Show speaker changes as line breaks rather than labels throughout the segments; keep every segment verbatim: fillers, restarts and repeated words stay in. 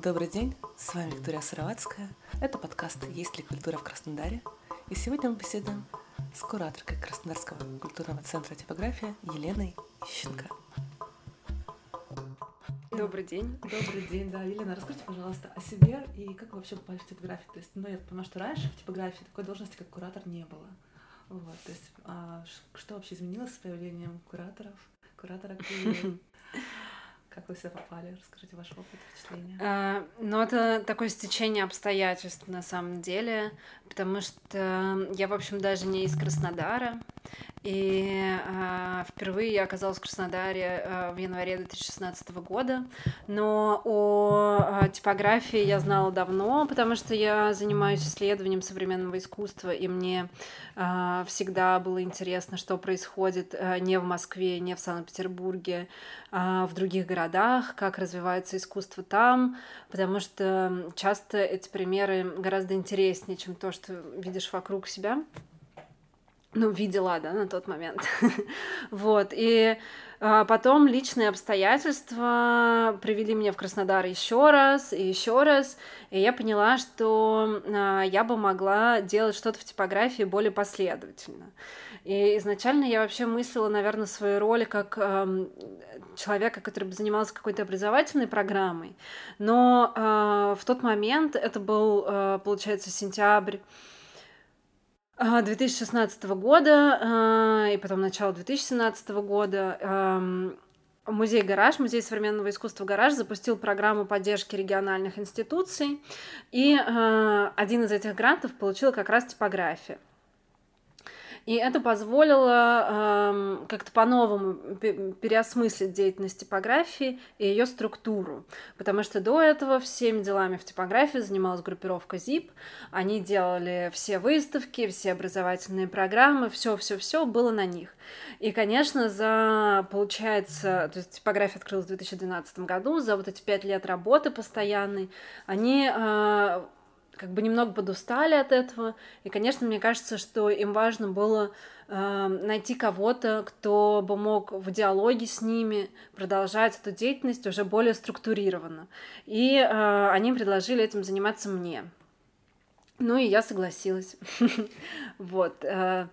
Добрый день, с вами Виктория Сыроватская. Это подкаст «Есть ли культура в Краснодаре?» И сегодня мы беседуем с кураторкой Краснодарского культурного центра «Типография» Еленой Ищенко.
Добрый день.
Добрый день, да. Елена, расскажите, пожалуйста, о себе и как вы вообще попали в типографию. То есть, ну, я понимаю, что раньше в типографии такой должности, как куратор, не было. Вот, то есть, а что вообще изменилось с появлением кураторов, куратора галереи? Как вы сюда попали? Расскажите ваш опыт, впечатления.
А, ну, это такое стечение обстоятельств на самом деле, потому что я, в общем, даже не из Краснодара, и а, впервые я оказалась в Краснодаре а, в январе две тысячи шестнадцатого года, но о а, типографии я знала давно, потому что я занимаюсь исследованием современного искусства, и мне а, всегда было интересно, что происходит а, не в Москве, не в Санкт-Петербурге, а в других городах, как развивается искусство там, потому что часто эти примеры гораздо интереснее, чем то, что видишь вокруг себя. Ну, видела, да, на тот момент. Вот, и а, потом личные обстоятельства привели меня в Краснодар еще раз и еще раз, и я поняла, что а, я бы могла делать что-то в типографии более последовательно. И изначально я вообще мыслила, наверное, свою роль как э, человека, который бы занимался какой-то образовательной программой, но э, в тот момент, это был, э, получается, сентябрь две тысячи шестнадцатого года и потом начало две тысячи семнадцатого года, музей «Гараж», музей современного искусства «Гараж» запустил программу поддержки региональных институций, и один из этих грантов получила как раз типография. И это позволило э, как-то по-новому переосмыслить деятельность типографии и ее структуру, потому что до этого всеми делами в типографии занималась группировка зип, они делали все выставки, все образовательные программы, все-все-все было на них. И, конечно, за, получается, то есть типография открылась в две тысячи двенадцатом году, за вот эти пять лет работы постоянной, они... Э, как бы немного подустали от этого, и, конечно, мне кажется, что им важно было э, найти кого-то, кто бы мог в диалоге с ними продолжать эту деятельность уже более структурированно. И э, они предложили этим заниматься мне. Ну и я согласилась. Вот.
Вы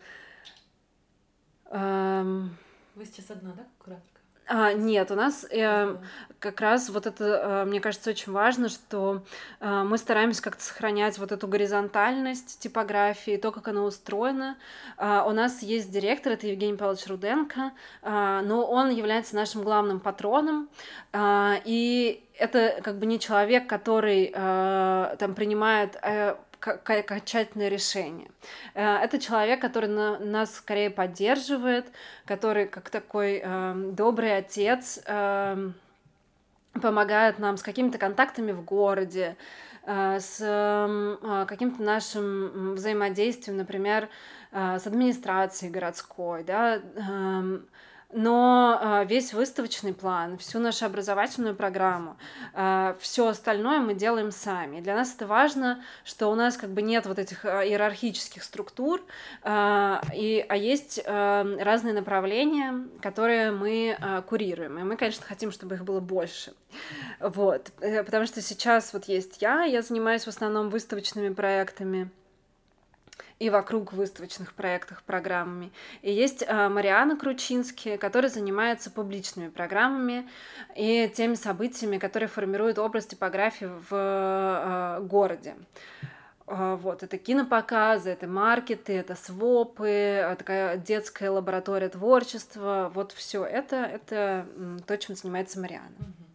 сейчас одна, да, кураторка?
А, нет, у нас э, как раз вот это, э, мне кажется, очень важно, что э, мы стараемся как-то сохранять вот эту горизонтальность типографии, то, как она устроена. Э, у нас есть директор, это Евгений Павлович Руденко, э, но он является нашим главным патроном, э, и это как бы не человек, который э, там принимает... Э, окончательное решение. Это человек, который на, нас скорее поддерживает, который как такой э, добрый отец э, помогает нам с какими-то контактами в городе, э, с э, каким-то нашим взаимодействием, например, э, с администрацией городской, да, э, но весь выставочный план, всю нашу образовательную программу, все остальное мы делаем сами. Для нас это важно, что у нас как бы нет вот этих иерархических структур, и, а есть разные направления, которые мы курируем. И мы, конечно, хотим, чтобы их было больше. Вот. Потому что сейчас вот есть я, я занимаюсь в основном выставочными проектами, и вокруг выставочных проектов, программами. И есть э, Мариана Кручинский, которая занимается публичными программами и теми событиями, которые формируют образ типографии в э, городе. Э, вот, это кинопоказы, это маркеты, это свопы, такая детская лаборатория творчества. Вот все это, это то, чем занимается Мариана.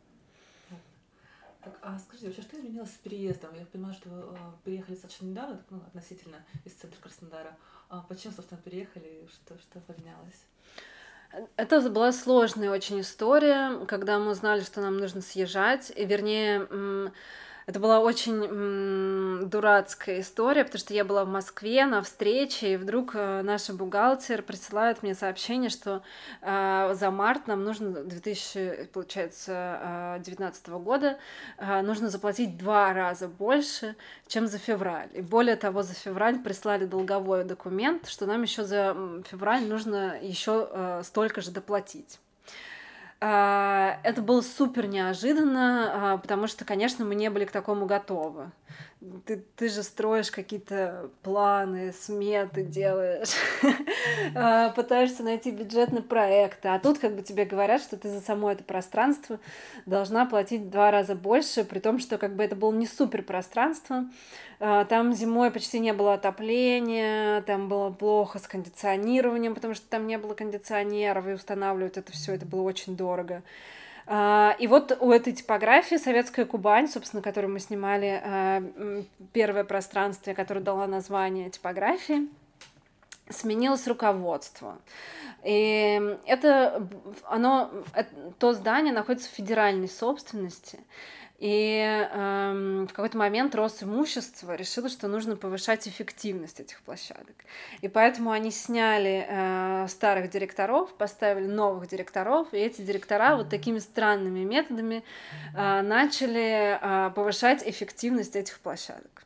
Так, а скажите, вообще, что изменилось с переездом? Я понимаю, что вы э, переехали достаточно недавно, ну, относительно из центра Краснодара. А почему, собственно, переехали? Что, что поменялось?
Это была сложная очень история, когда мы узнали, что нам нужно съезжать, и, вернее, это была очень м, дурацкая история, потому что я была в Москве на встрече, и вдруг э, наша бухгалтер присылает мне сообщение, что э, за март нам нужно, две тысячи, получается, девятнадцатого года, э, нужно заплатить два раза больше, чем за февраль. И более того, за февраль прислали долговой документ, что нам еще за февраль нужно еще э, столько же доплатить. А, Это было супер неожиданно, а, потому что, конечно, мы не были к такому готовы. Ты, ты же строишь какие-то планы, сметы делаешь, а, пытаешься найти бюджетный проект, а тут как бы тебе говорят, что ты за само это пространство должна платить в два раза больше, при том, что как бы это было не супер пространство. А, Там зимой почти не было отопления, там было плохо с кондиционированием, потому что там не было кондиционеров, и устанавливать это все это было очень дорого. А, И вот у этой типографии «Советская Кубань», собственно, которую мы снимали, а, м, первое пространство, которое дало название типографии, сменилось руководство. И это, б- оно, э- то здание находится в федеральной собственности. И эм, в какой-то момент Росимущество решило, что нужно повышать эффективность этих площадок. И поэтому они сняли э, старых директоров, поставили новых директоров, и эти директора вот такими странными методами э, начали э, повышать эффективность этих площадок.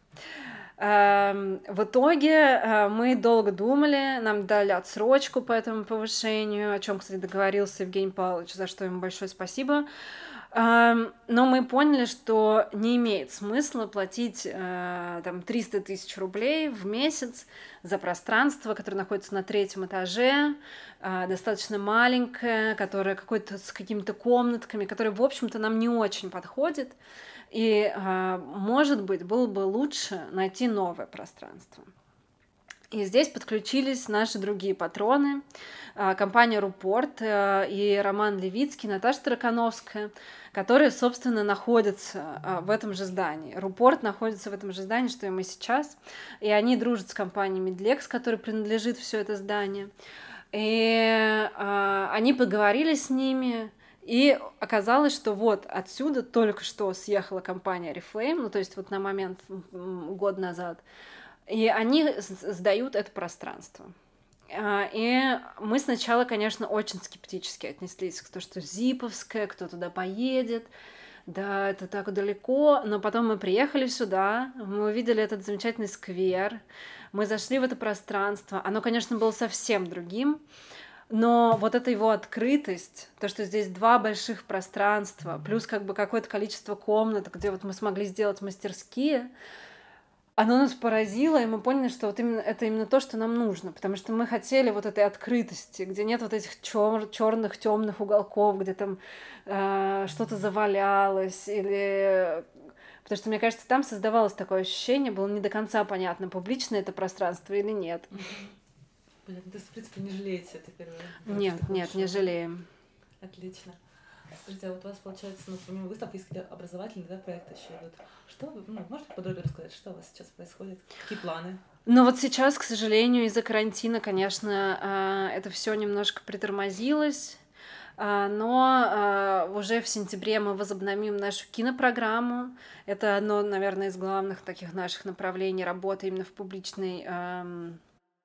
Эм, В итоге э, мы долго думали, нам дали отсрочку по этому повышению, о чем, кстати, договорился Евгений Павлович, за что ему большое спасибо. Эм, Но мы поняли, что не имеет смысла платить э, там триста тысяч рублей в месяц за пространство, которое находится на третьем этаже, э, достаточно маленькое, которое какое-то с какими-то комнатками, которое, в общем-то, нам не очень подходит. И, э, может быть, было бы лучше найти новое пространство. И здесь подключились наши другие патроны, а, компания «Рупорт» э, и Роман Левицкий, Наташа Таракановская, которые, собственно, находятся а, в этом же здании. «Рупорт» находится в этом же здании, что и мы сейчас, и они дружат с компанией «Медлекс», которой принадлежит все это здание. И а, они поговорили с ними, и оказалось, что вот отсюда только что съехала компания Reflame, ну то есть вот на момент м, год назад, и они с- сдают это пространство. А, И мы сначала, конечно, очень скептически отнеслись к тому, что Зиповская, кто туда поедет, да, это так далеко, но потом мы приехали сюда, мы увидели этот замечательный сквер, мы зашли в это пространство, оно, конечно, было совсем другим, но вот эта его открытость, то, что здесь два больших пространства, плюс как бы какое-то количество комнат, где вот мы смогли сделать мастерские, оно нас поразило, и мы поняли, что вот именно это именно то, что нам нужно, потому что мы хотели вот этой открытости, где нет вот этих черных темных уголков, где там э, что-то завалялось, или потому что, мне кажется, там создавалось такое ощущение, было не до конца понятно, публичное это пространство или нет.
Понятно, то есть, в принципе, не жалеете теперь?
Нет, нет, не жалеем.
Отлично. Скажите, а вот у вас, получается, ну, помимо выставки, есть какие-то образовательные, да, проекты еще идут. Что вы, ну, можете подробнее рассказать, что у вас сейчас происходит? Какие планы?
Ну вот сейчас, к сожалению, из-за карантина, конечно, а, это все немножко притормозилось, а, но а, уже в сентябре мы возобновим нашу кинопрограмму. Это одно, наверное, из главных таких наших направлений работы именно в публичной ам,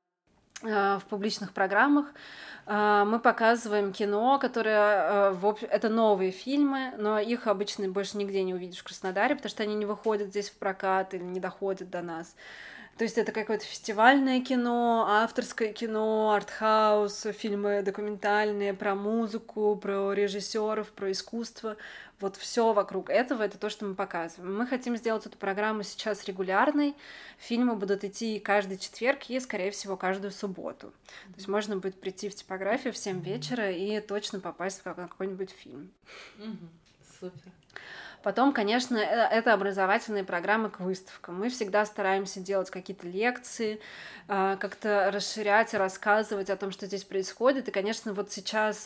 а, в публичных программах. А, Мы показываем кино, которое... а, в об- Это новые фильмы, но их обычно больше нигде не увидишь в Краснодаре, потому что они не выходят здесь в прокат или не доходят до нас. То есть это какое-то фестивальное кино, авторское кино, артхаус, фильмы документальные про музыку, про режиссеров, про искусство. Вот все вокруг этого, это то, что мы показываем. Мы хотим сделать эту программу сейчас регулярной. Фильмы будут идти каждый четверг и, скорее всего, каждую субботу. То есть можно будет прийти в типографию в семь вечера и точно попасть в какой-нибудь фильм.
Угу. Супер.
Потом, конечно, э- это образовательные программы к выставкам. Мы всегда стараемся делать какие-то лекции, а, как-то расширять и рассказывать о том, что здесь происходит. И, конечно, вот сейчас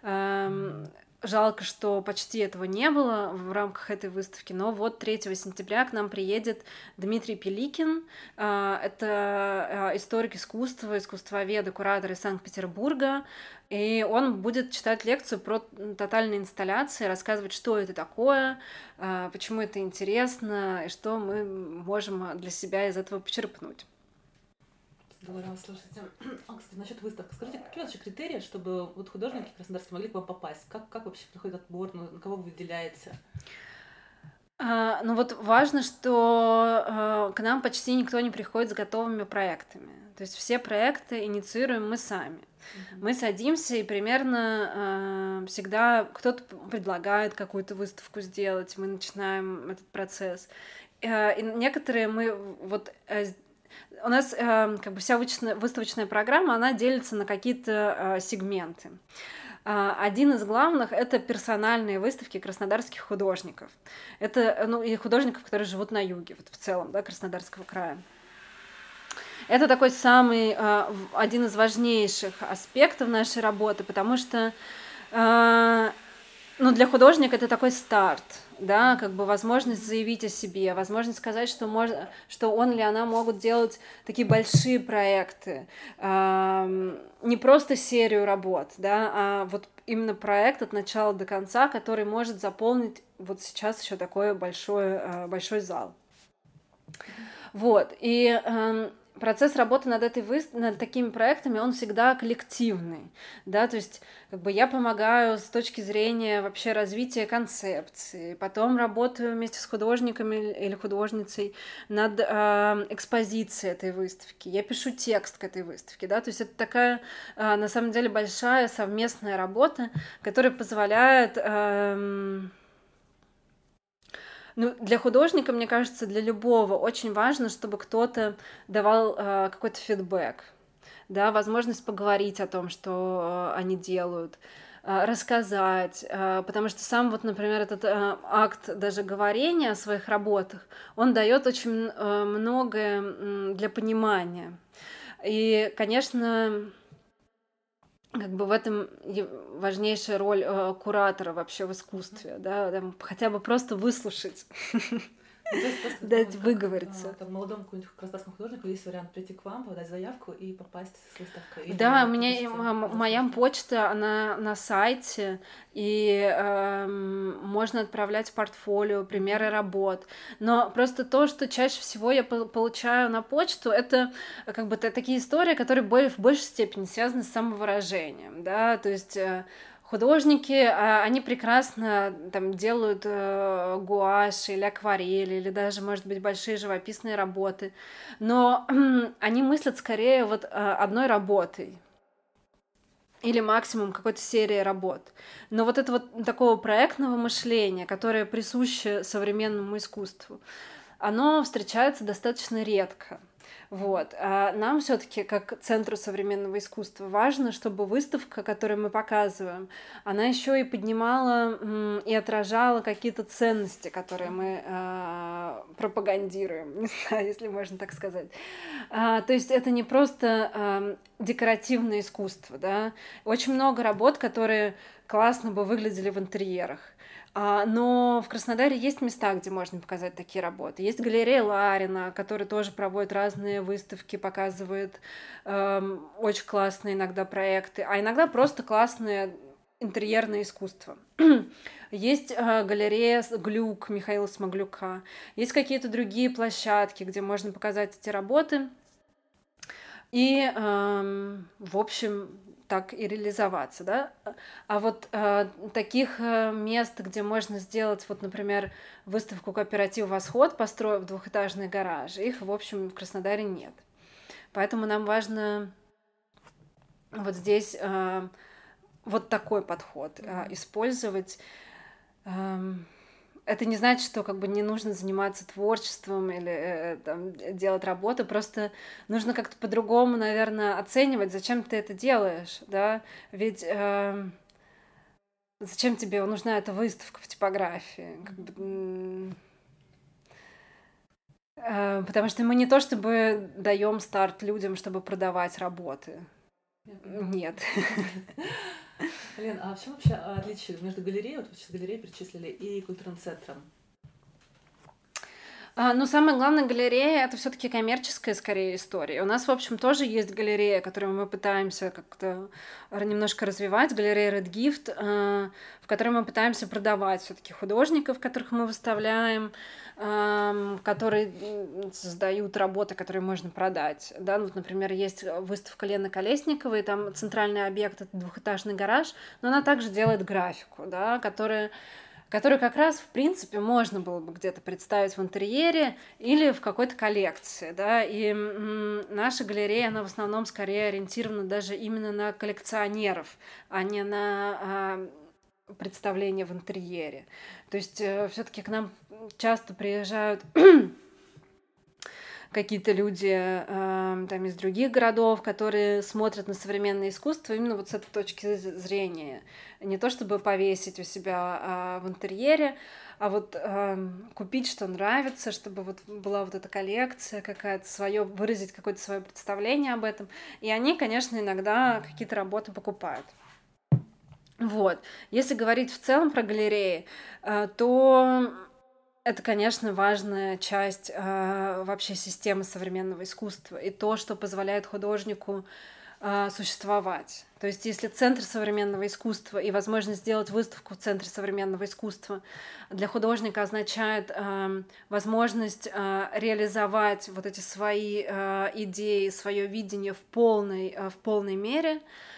эм, жалко, что почти этого не было в рамках этой выставки, но вот третьего сентября к нам приедет Дмитрий Пеликин. А, Это а, историк искусства, искусствовед и куратор из Санкт-Петербурга. И он будет читать лекцию про тотальные инсталляции, рассказывать, что это такое, а, почему это интересно, и что мы можем для себя из этого почерпнуть.
Здорово, слушайте. А, кстати, насчет выставки. Скажите, какие вообще критерии, чтобы вот художники краснодарские могли к вам попасть? Как, как вообще проходит отбор, ну, на кого вы выделяете?
А, Ну вот важно, что а, к нам почти никто не приходит с готовыми проектами. То есть все проекты инициируем мы сами. Mm-hmm. Мы садимся и примерно э, всегда кто-то предлагает какую-то выставку сделать, мы начинаем этот процесс. Э, и некоторые мы вот... Э, у нас э, как бы вся выставочная программа, она делится на какие-то э, сегменты. Один из главных — это персональные выставки краснодарских художников. Это, ну, и художников, которые живут на юге, вот в целом, да, Краснодарского края. Это такой самый, один из важнейших аспектов нашей работы, потому что, ну, для художника это такой старт, да, как бы возможность заявить о себе, возможность сказать, что, можно, что он или она могут делать такие большие проекты, э, не просто серию работ, да, а вот именно проект от начала до конца, который может заполнить вот сейчас еще такой большой, э, большой зал. Вот, и... Э, Процесс работы над, этой вы... над такими проектами, он всегда коллективный, да, то есть как бы я помогаю с точки зрения вообще развития концепции, потом работаю вместе с художниками или художницей над э, экспозицией этой выставки, я пишу текст к этой выставке, да, то есть это такая, э, на самом деле, большая совместная работа, которая позволяет... Э, Ну, для художника, мне кажется, для любого очень важно, чтобы кто-то давал э, какой-то фидбэк, да, возможность поговорить о том, что э, они делают, э, рассказать, э, потому что сам вот, например, этот э, акт даже говорения о своих работах, он дает очень э, многое э, для понимания. И, конечно, как бы в этом важнейшая роль э, куратора вообще в искусстве, да, там, хотя бы просто выслушать, дать выговориться.
Там молодому какому-нибудь краснодарскому художнику есть вариант прийти к вам, подать заявку и попасть с выставкой.
Да, у меня моя почта, она на сайте, и э, можно отправлять портфолио, примеры работ. Но просто то, что чаще всего я получаю на почту, это как бы такие истории, которые в большей степени связаны с самовыражением, да, то есть... Художники, они прекрасно там делают э, гуашь или акварели, или даже, может быть, большие живописные работы, но э, они мыслят скорее вот э, одной работой или максимум какой-то серии работ. Но вот это вот такого проектного мышления, которое присуще современному искусству, оно встречается достаточно редко. Вот. А нам все-таки, как Центру современного искусства, важно, чтобы выставка, которую мы показываем, она еще и поднимала м, и отражала какие-то ценности, которые мы э, пропагандируем, не знаю, если можно так сказать. А, то есть это не просто э, декоративное искусство, да? Очень много работ, которые классно бы выглядели в интерьерах. Но в Краснодаре есть места, где можно показать такие работы. Есть галерея Ларина, которая тоже проводит разные выставки, показывает э, очень классные иногда проекты, а иногда просто классное интерьерное искусство. Есть э, галерея Глюк Михаила Смоглюка. Есть какие-то другие площадки, где можно показать эти работы. И, э, в общем... так и реализоваться, да, а вот э, таких э, мест, где можно сделать, вот, например, выставку кооператив «Восход», построив двухэтажный гараж, их, в общем, в Краснодаре нет. Поэтому нам важно вот здесь э, вот такой подход э, использовать. Э, Это не значит, что как бы не нужно заниматься творчеством или э, там, делать работу, просто нужно как-то по-другому, наверное, оценивать, зачем ты это делаешь, да, ведь э, зачем тебе нужна эта выставка в типографии, как бы, э, потому что мы не то чтобы даем старт людям, чтобы продавать работы, нет.
Лен, а в чем вообще отличие между галереей, вот вы сейчас галереи перечислили, и культурным центром?
А, ну, самое главное, галерея — это все-таки коммерческая, скорее, история. У нас, в общем, тоже есть галерея, которую мы пытаемся как-то немножко развивать, галерея Red Gift, в которой мы пытаемся продавать все-таки художников, которых мы выставляем, которые создают работы, которые можно продать. Да? Вот, например, есть выставка Лены Колесниковой, там центральный объект — это двухэтажный гараж, но она также делает графику, да, которая который как раз, в принципе, можно было бы где-то представить в интерьере или в какой-то коллекции, да, и м, наша галерея, она в основном скорее ориентирована даже именно на коллекционеров, а не на а, представление в интерьере. То есть э, все-таки к нам часто приезжают какие-то люди э, там из других городов, которые смотрят на современное искусство именно вот с этой точки зрения. Не то чтобы повесить у себя э, в интерьере, а вот э, купить, что нравится, чтобы вот была вот эта коллекция какая-то свое, выразить какое-то свое представление об этом. И они, конечно, иногда какие-то работы покупают. Вот. Если говорить в целом про галереи, э, то это, конечно, важная часть э, вообще системы современного искусства и то, что позволяет художнику э, существовать. То есть, если центр современного искусства и возможность сделать выставку в центре современного искусства для художника означает э, возможность э, реализовать вот эти свои э, идеи, свое видение в полной, э, в полной мере,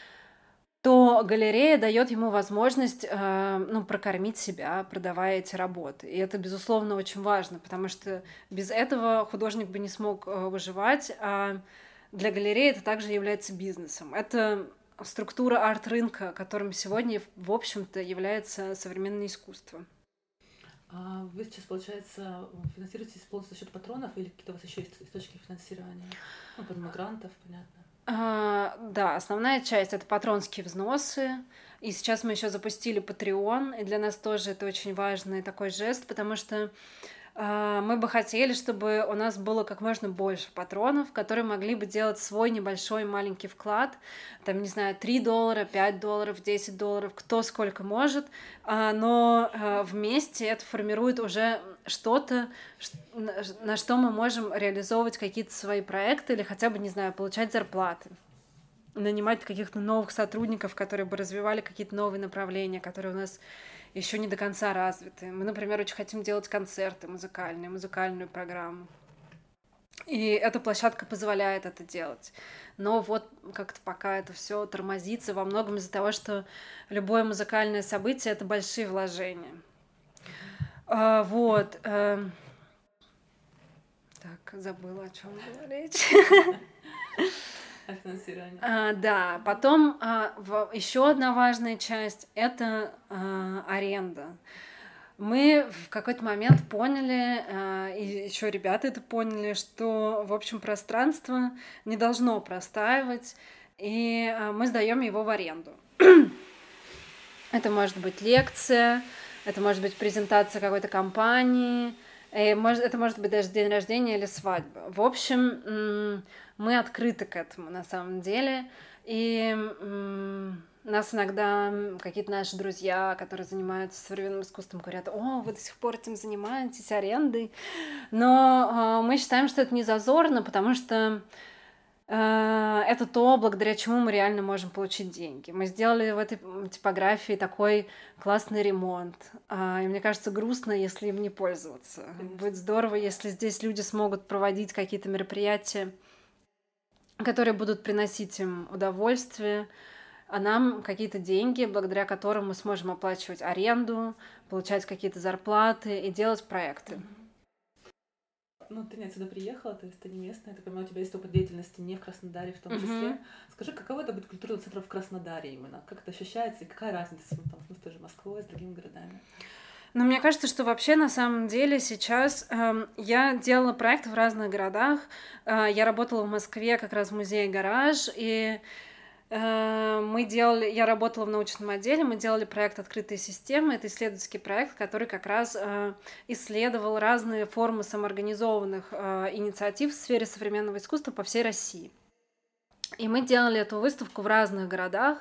то галерея дает ему возможность э, ну, прокормить себя, продавая эти работы. И это, безусловно, очень важно, потому что без этого художник бы не смог э, выживать, а для галереи это также является бизнесом. Это структура арт-рынка, которым сегодня, в общем-то, является современное искусство.
А вы сейчас, получается, финансируетесь полностью за счет патронов или какие-то у вас еще есть источники финансирования? Ну, помимо грантов, понятно.
А, да, основная часть — это патронские взносы. И сейчас мы еще запустили Patreon, и для нас тоже это очень важный такой жест, потому что а, мы бы хотели, чтобы у нас было как можно больше патронов, которые могли бы делать свой небольшой маленький вклад, там, не знаю, три доллара, пять долларов, десять долларов, кто сколько может, а, но а, вместе это формирует уже что-то, на что мы можем реализовывать какие-то свои проекты или хотя бы, не знаю, получать зарплаты, нанимать каких-то новых сотрудников, которые бы развивали какие-то новые направления, которые у нас еще не до конца развиты. Мы, например, очень хотим делать концерты музыкальные, музыкальную программу. И эта площадка позволяет это делать. Но вот как-то пока это все тормозится во многом из-за того, что любое музыкальное событие — это большие вложения. А, вот. А... Так, забыла, о чем была речь.
О финансировании.
А, да, потом а, в, еще одна важная часть — это а, аренда. Мы в какой-то момент поняли, а, и еще ребята это поняли, что, в общем, пространство не должно простаивать, и а, мы сдаем его в аренду. Это может быть лекция, это может быть презентация какой-то компании, это может быть даже день рождения или свадьба. В общем, мы открыты к этому на самом деле, и нас иногда какие-то наши друзья, которые занимаются современным искусством, говорят: «О, вы до сих пор этим занимаетесь, арендой». Но мы считаем, что это не зазорно, потому что это то, благодаря чему мы реально можем получить деньги. Мы сделали в этой типографии такой классный ремонт. И мне кажется, грустно, если им не пользоваться. Будет здорово, если здесь люди смогут проводить какие-то мероприятия, которые будут приносить им удовольствие, а нам какие-то деньги, благодаря которым мы сможем оплачивать аренду, получать какие-то зарплаты и делать проекты.
Ну, ты не отсюда приехала, то есть ты не местная, я так понимаю, у тебя есть опыт деятельности не в Краснодаре в том числе. Uh-huh. Скажи, каково это быть культурным центром в Краснодаре именно? Как это ощущается и какая разница с, там, с той же Москвой, с другими городами?
Ну, мне кажется, что вообще на самом деле сейчас э, я делала проекты в разных городах. Э, я работала в Москве как раз в музее «Гараж», и мы делали, я работала в научном отделе, мы делали проект «Открытые системы». Это исследовательский проект, который как раз э, исследовал разные формы самоорганизованных э, инициатив в сфере современного искусства по всей России. И мы делали эту выставку в разных городах.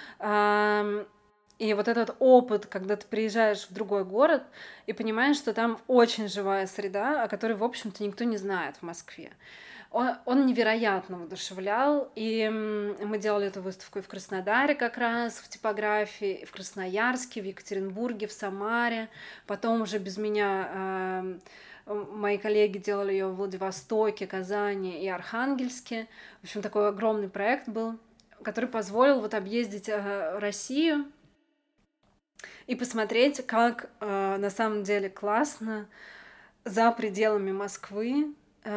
Э, и вот этот опыт, когда ты приезжаешь в другой город и понимаешь, что там очень живая среда, о которой, в общем-то, никто не знает в Москве. Он, он невероятно воодушевлял, и мы делали эту выставку и в Краснодаре как раз, в типографии, и в Красноярске, в Екатеринбурге, в Самаре. Потом уже без меня э, мои коллеги делали ее в Владивостоке, Казани и Архангельске. В общем, такой огромный проект был, который позволил вот объездить э, Россию и посмотреть, как э, на самом деле классно за пределами Москвы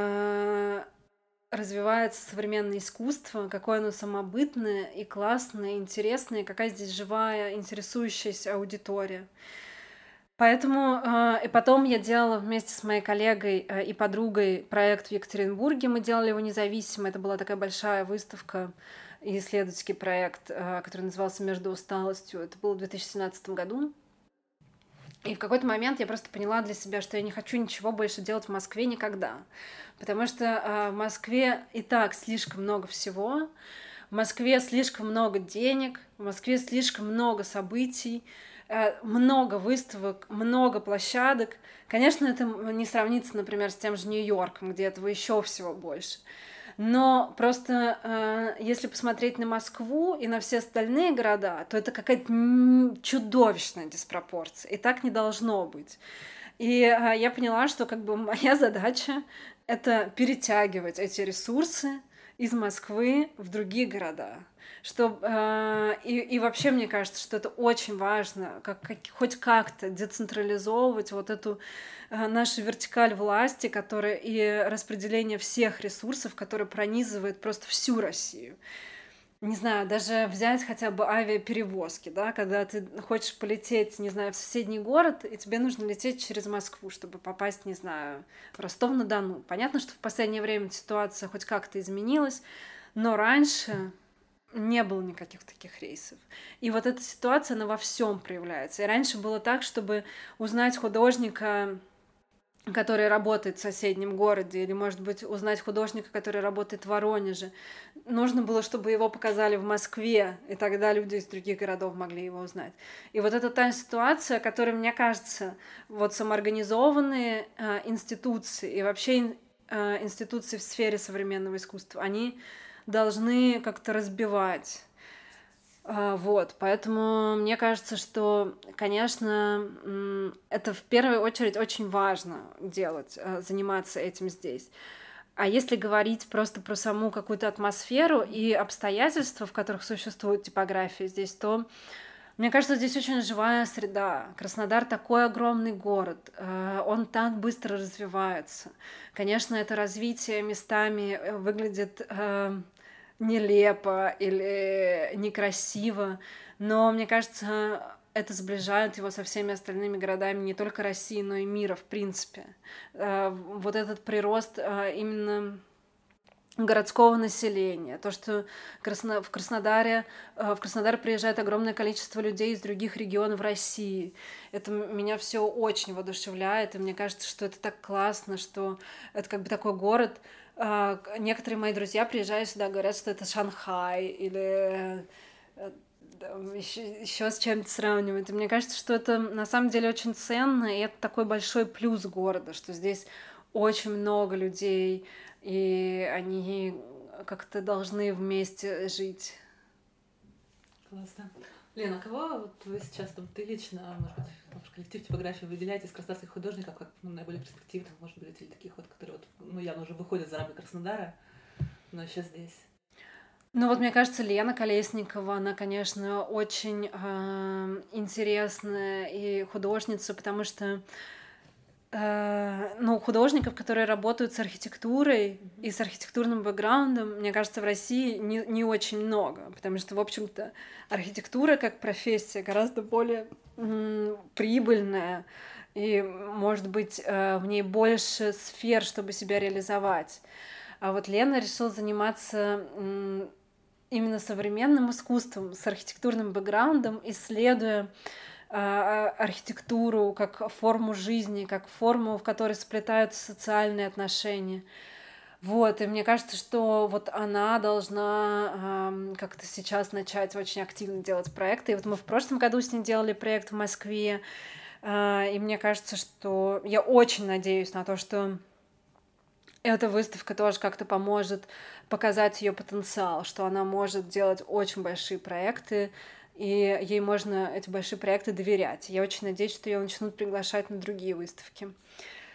э, развивается современное искусство, какое оно самобытное и классное, и интересное, и какая здесь живая, интересующаяся аудитория. Поэтому э, и потом я делала вместе с моей коллегой э, и подругой проект в Екатеринбурге. Мы делали его независимо. Это была такая большая выставка и исследовательский проект, э, который назывался «Между усталостью». Это было в две тысячи семнадцатом году. И в какой-то момент я просто поняла для себя, что я не хочу ничего больше делать в Москве никогда. Потому что э, в Москве и так слишком много всего. В Москве слишком много денег. В Москве слишком много событий. Много выставок, много площадок. Конечно, это не сравнится, например, с тем же Нью-Йорком, где этого еще всего больше. Но просто если посмотреть на Москву и на все остальные города, то это какая-то чудовищная диспропорция. И так не должно быть. И я поняла, что как бы моя задача — это перетягивать эти ресурсы из Москвы в другие города. Что, э, и, и вообще мне кажется, что это очень важно, как, как, хоть как-то децентрализовывать вот эту э, нашу вертикаль власти, которая, и распределение всех ресурсов, которые пронизывает просто всю Россию. Не знаю, даже взять хотя бы авиаперевозки, да, когда ты хочешь полететь, не знаю, в соседний город, и тебе нужно лететь через Москву, чтобы попасть, не знаю, в Ростов-на-Дону. Понятно, что в последнее время ситуация хоть как-то изменилась, но раньше не было никаких таких рейсов. И вот эта ситуация, она во всем проявляется. И раньше было так, чтобы узнать художника, который работает в соседнем городе, или, может быть, узнать художника, который работает в Воронеже, нужно было, чтобы его показали в Москве, и тогда люди из других городов могли его узнать. И вот это та ситуация, которая, мне кажется, вот самоорганизованные э, институции и вообще э, институции в сфере современного искусства, они должны как-то разбивать. Вот, поэтому мне кажется, что, конечно, это в первую очередь очень важно делать, заниматься этим здесь. А если говорить просто про саму какую-то атмосферу и обстоятельства, в которых существует типография здесь, то мне кажется, здесь очень живая среда. Краснодар такой огромный город, он так быстро развивается. Конечно, это развитие местами выглядит нелепо или некрасиво, но мне кажется, это сближает его со всеми остальными городами не только России, но и мира в принципе. Вот этот прирост именно городского населения, то, что в Краснодаре, в Краснодар приезжает огромное количество людей из других регионов России. Это меня все очень воодушевляет, и мне кажется, что это так классно, что это как бы такой город. Некоторые мои друзья, приезжая сюда, говорят, что это Шанхай или еще, еще с чем-то сравнивают. И мне кажется, что это на самом деле очень ценно, и это такой большой плюс города, что здесь очень много людей, и они как-то должны вместе жить.
Классно. Лена, кого вот вы сейчас, там, ты лично, может быть, ваш коллектив типографии выделяете из краснодарских художников как ну, наиболее перспективных, может быть, или таких вот, которые вот, ну, явно уже выходят за рамки Краснодара, но еще здесь?
Ну вот, мне кажется, Лена Колесникова, она, конечно, очень э, интересная и художница, потому что ну, художников, которые работают с архитектурой и с архитектурным бэкграундом, мне кажется, в России не, не очень много, потому что, в общем-то, архитектура как профессия гораздо более м, прибыльная, и, может быть, в ней больше сфер, чтобы себя реализовать. А вот Лена решила заниматься м, именно современным искусством, с архитектурным бэкграундом, исследуя архитектуру как форму жизни, как форму, в которой сплетаются социальные отношения. Вот, и мне кажется, что вот она должна э, как-то сейчас начать очень активно делать проекты. И вот мы в прошлом году с ней делали проект в Москве, э, и мне кажется, что я очень надеюсь на то, что эта выставка тоже как-то поможет показать ее потенциал, что она может делать очень большие проекты, и ей можно эти большие проекты доверять. Я очень надеюсь, что ее начнут приглашать на другие выставки.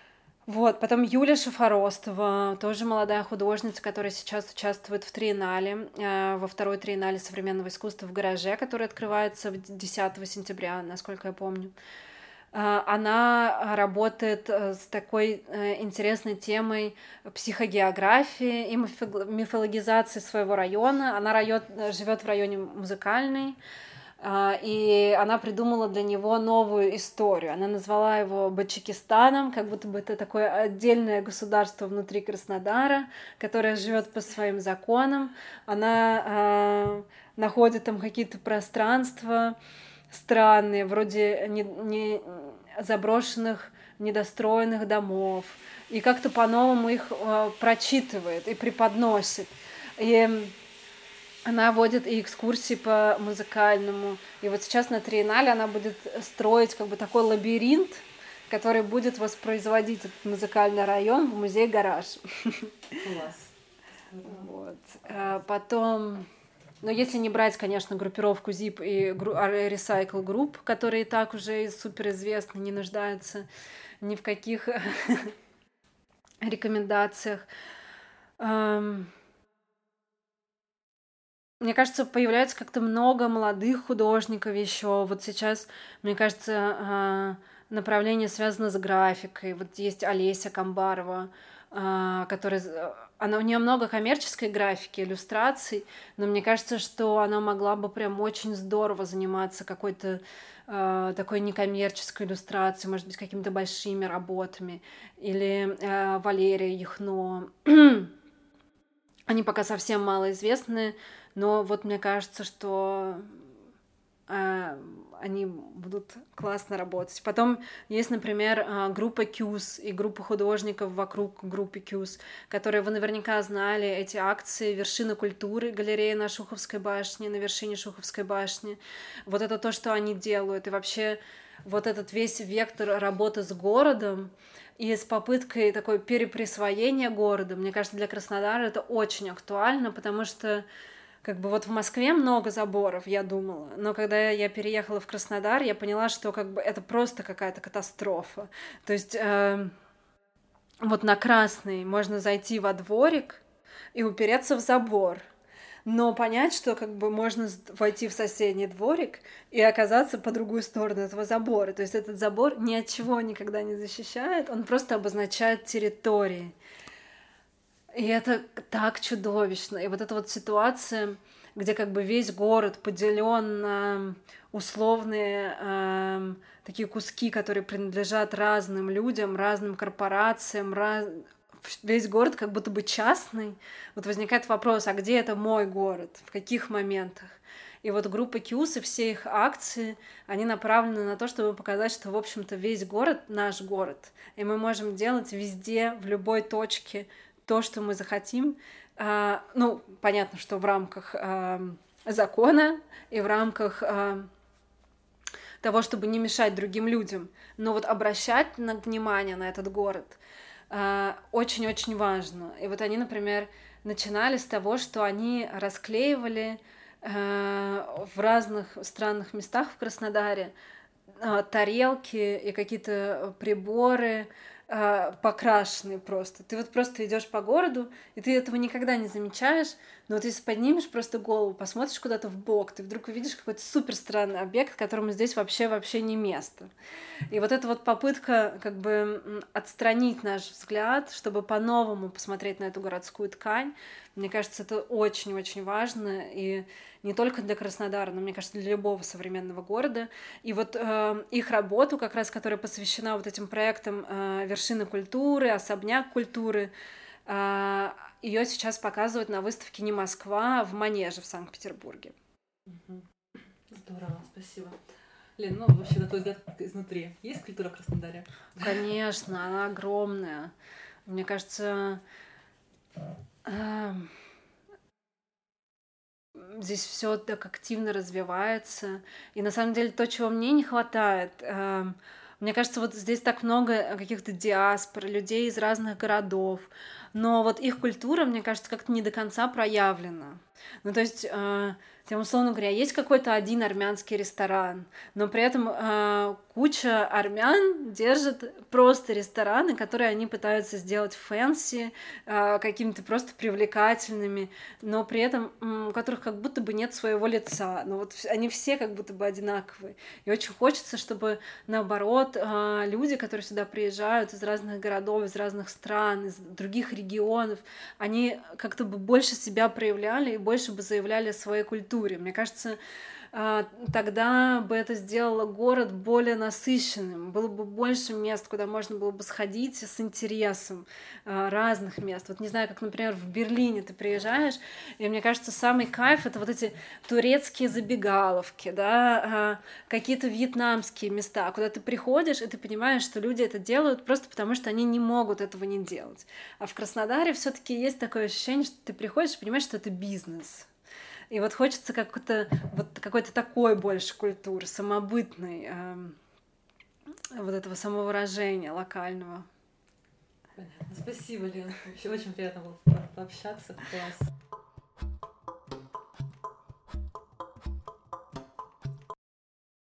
Вот, потом Юлия Шафаростова, тоже молодая художница, которая сейчас участвует в триеннале, э, во второй триеннале современного искусства в гараже, который открывается десятого сентября, насколько я помню. Э, Она работает э, с такой э, интересной темой психогеографии и мифо- мифологизации своего района. Она район, живет в районе музыкальный, а, и она придумала для него новую историю. Она назвала его Бачикистаном, как будто бы это такое отдельное государство внутри Краснодара, которое живет по своим законам. Она а, находит там какие-то пространства странные, вроде не, не заброшенных, недостроенных домов, и как-то по-новому их а, прочитывает и преподносит. И она водит и экскурсии по музыкальному. И вот сейчас на триеннале она будет строить как бы такой лабиринт, который будет воспроизводить этот музыкальный район в музей «Гараж».
Класс.
Вот. А потом, ну, если не брать, конечно, группировку зип и Recycle Group, которые и так уже суперизвестны, не нуждаются ни в каких рекомендациях. Мне кажется, появляется как-то много молодых художников еще. Вот сейчас, мне кажется, направление связано с графикой. Вот есть Олеся Камбарова, которая... Она, у нее много коммерческой графики, иллюстраций, но мне кажется, что она могла бы прям очень здорово заниматься какой-то э, такой некоммерческой иллюстрацией, может быть, какими-то большими работами. Или э, Валерия Яхно. Они пока совсем малоизвестны, но вот мне кажется, что э, они будут классно работать. Потом есть, например, э, группа Кьюз и группа художников вокруг группы Кьюз, которые вы наверняка знали, эти акции «Вершина культуры», галерея на Шуховской башне, на вершине Шуховской башни. Вот это то, что они делают. И вообще вот этот весь вектор работы с городом и с попыткой такой переприсвоения города, мне кажется, для Краснодара это очень актуально, потому что как бы вот в Москве много заборов, я думала, но когда я переехала в Краснодар, я поняла, что как бы это просто какая-то катастрофа. То есть э, вот на Красный можно зайти во дворик и упереться в забор, но понять, что как бы можно войти в соседний дворик и оказаться по другую сторону этого забора. То есть этот забор ни от чего никогда не защищает, он просто обозначает территории. И это так чудовищно. И вот эта вот ситуация, где как бы весь город поделен на условные э, такие куски, которые принадлежат разным людям, разным корпорациям, раз... весь город как будто бы частный. Вот возникает вопрос, а где это мой город, в каких моментах? И вот группа Кьюз и все их акции, они направлены на то, чтобы показать, что, в общем-то, весь город наш город. И мы можем делать везде, в любой точке то, что мы захотим. А, ну, понятно, что в рамках а, закона и в рамках а, того, чтобы не мешать другим людям. Но вот обращать на внимание на этот город а, очень-очень важно. И вот они, например, начинали с того, что они расклеивали а, в разных странных местах в Краснодаре а, тарелки и какие-то приборы, покрашенные просто. Ты вот просто идешь по городу, и ты этого никогда не замечаешь, но вот если поднимешь просто голову, посмотришь куда-то в бок, ты вдруг увидишь какой-то супер странный объект, которому здесь вообще вообще не место. И вот эта вот попытка как бы отстранить наш взгляд, чтобы по-новому посмотреть на эту городскую ткань, мне кажется, это очень-очень важно, и не только для Краснодара, но, мне кажется, для любого современного города. И вот э, их работу, как раз, которая посвящена вот этим проектам э, «Вершина культуры», «Особняк культуры», э, ее сейчас показывают на выставке «Не Москва» в Манеже в Санкт-Петербурге.
Здорово, спасибо. Лен, ну вообще, на твой взгляд, изнутри есть культура в Краснодаре?
Конечно, она огромная. Мне кажется, э, здесь все так активно развивается. И на самом деле то, чего мне не хватает, э, мне кажется, вот здесь так много каких-то диаспор, людей из разных городов, но вот их культура, мне кажется, как-то не до конца проявлена. Ну, то есть э, Там, условно говоря, есть какой-то один армянский ресторан, но при этом э, куча армян держит просто рестораны, которые они пытаются сделать фэнси, э, какими-то просто привлекательными, но при этом м, у которых как будто бы нет своего лица. Но вот они все как будто бы одинаковые. И очень хочется, чтобы, наоборот, э, люди, которые сюда приезжают из разных городов, из разных стран, из других регионов, они как-то бы больше себя проявляли и больше бы заявляли о своей культуре. Мне кажется, тогда бы это сделало город более насыщенным, было бы больше мест, куда можно было бы сходить с интересом, разных мест. Вот не знаю, как, например, в Берлине ты приезжаешь, и мне кажется, самый кайф — это вот эти турецкие забегаловки, да, какие-то вьетнамские места, куда ты приходишь, и ты понимаешь, что люди это делают просто потому, что они не могут этого не делать. А в Краснодаре все-таки есть такое ощущение, что ты приходишь и понимаешь, что это бизнес. И вот хочется как-то вот какой-то такой больше культуры, самобытной, э, вот этого самовыражения локального.
Понятно. Спасибо, Лен. Вообще очень приятно было пообщаться. Класс.